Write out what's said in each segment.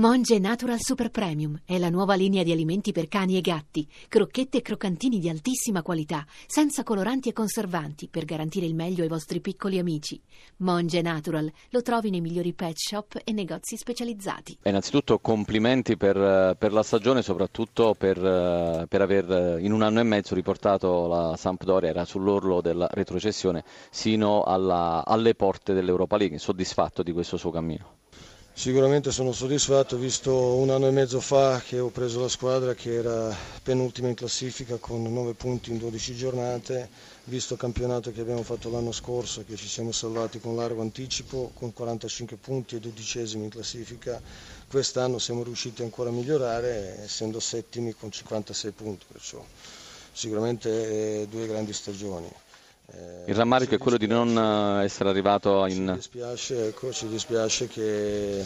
Monge Natural Super Premium è la nuova linea di alimenti per cani e gatti, crocchette e croccantini di altissima qualità, senza coloranti e conservanti, per garantire il meglio ai vostri piccoli amici. Monge Natural lo trovi nei migliori pet shop e negozi specializzati. Innanzitutto complimenti per la stagione, soprattutto per aver in un anno e mezzo riportato la Sampdoria, era sull'orlo della retrocessione, sino alle porte dell'Europa League. Soddisfatto di questo suo cammino? Sicuramente sono soddisfatto, visto un anno e mezzo fa che ho preso la squadra che era penultima in classifica con 9 punti in 12 giornate, visto il campionato che abbiamo fatto l'anno scorso, che ci siamo salvati con largo anticipo con 45 punti e 12esimi in classifica. Quest'anno siamo riusciti ancora a migliorare, essendo settimi con 56 punti, perciò sicuramente due grandi stagioni. Il rammarico è quello di non essere arrivato in... Ci dispiace che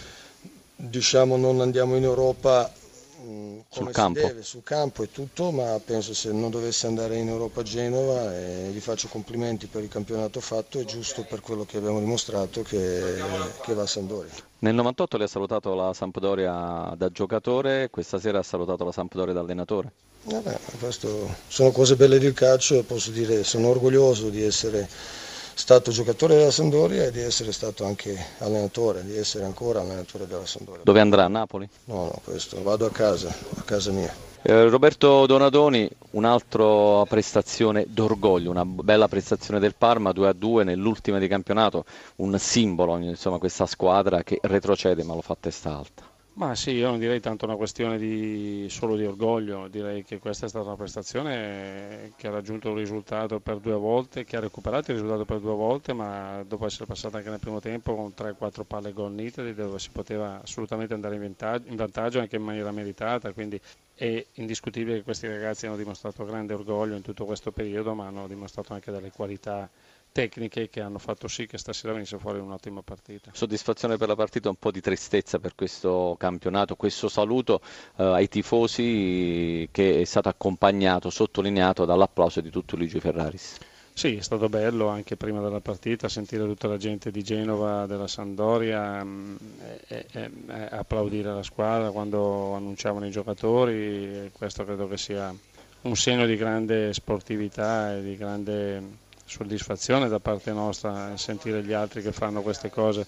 non andiamo in Europa come sul si campo. deve, sul campo e tutto, ma penso se non dovesse andare in Europa a Genova, gli faccio complimenti per il campionato fatto, è giusto per quello che abbiamo dimostrato che va a Sampdoria. Nel 98 lei ha salutato la Sampdoria da giocatore, questa sera ha salutato la Sampdoria da allenatore. Questo sono cose belle del calcio e posso dire sono orgoglioso di essere stato giocatore della Sampdoria e di essere stato anche allenatore, di essere ancora allenatore della Sampdoria. Dove andrà? A Napoli? No, questo vado a casa mia. Roberto Donadoni, un'altra prestazione d'orgoglio, una bella prestazione del Parma, 2-2 nell'ultima di campionato, un simbolo, insomma, questa squadra che retrocede ma lo fa a testa alta. Ma sì, io non direi tanto una questione solo di orgoglio, direi che questa è stata una prestazione che ha raggiunto il risultato per 2 volte, che ha recuperato il risultato per 2 volte, ma dopo essere passata anche nel primo tempo con 3-4 palle gol nitide, dove si poteva assolutamente andare in vantaggio anche in maniera meritata, quindi è indiscutibile che questi ragazzi hanno dimostrato grande orgoglio in tutto questo periodo, ma hanno dimostrato anche delle qualità tecniche che hanno fatto sì che stasera venisse fuori un'ottima partita. Soddisfazione per la partita, un po' di tristezza per questo campionato, questo saluto ai tifosi che è stato accompagnato, sottolineato dall'applauso di tutto Luigi Ferraris. Sì, è stato bello anche prima della partita sentire tutta la gente di Genova, della Sampdoria, applaudire la squadra quando annunciavano i giocatori, questo credo che sia un segno di grande sportività e di grande soddisfazione da parte nostra sentire gli altri che fanno queste cose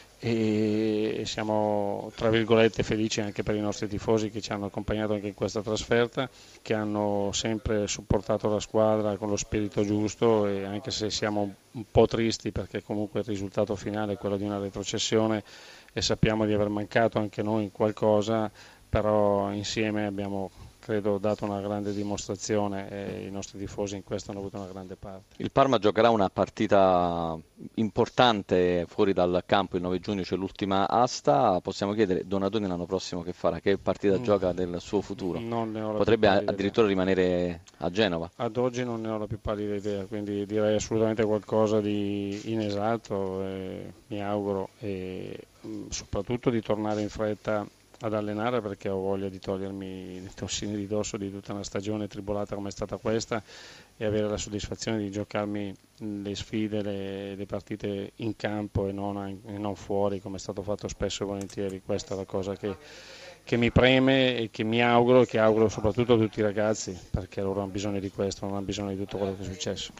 e siamo tra virgolette felici anche per i nostri tifosi che ci hanno accompagnato anche in questa trasferta, che hanno sempre supportato la squadra con lo spirito giusto, e anche se siamo un po' tristi perché comunque il risultato finale è quello di una retrocessione e sappiamo di aver mancato anche noi in qualcosa, però insieme abbiamo credo dato una grande dimostrazione e i nostri tifosi in questo hanno avuto una grande parte. Il Parma giocherà una partita importante fuori dal campo il 9 giugno, c'è l'ultima asta. Possiamo chiedere Donadoni l'anno prossimo che farà? Che partita gioca del suo futuro? Potrebbe addirittura rimanere a Genova? Ad oggi non ne ho la più pallida idea, quindi direi assolutamente qualcosa di inesatto, mi auguro, e soprattutto di tornare in fretta ad allenare, perché ho voglia di togliermi i tossini di dosso di tutta una stagione tribolata come è stata questa e avere la soddisfazione di giocarmi le sfide, le partite in campo e non fuori come è stato fatto spesso e volentieri. Questa è la cosa che mi preme e che mi auguro, e che auguro soprattutto a tutti i ragazzi, perché loro hanno bisogno di questo, non hanno bisogno di tutto quello che è successo.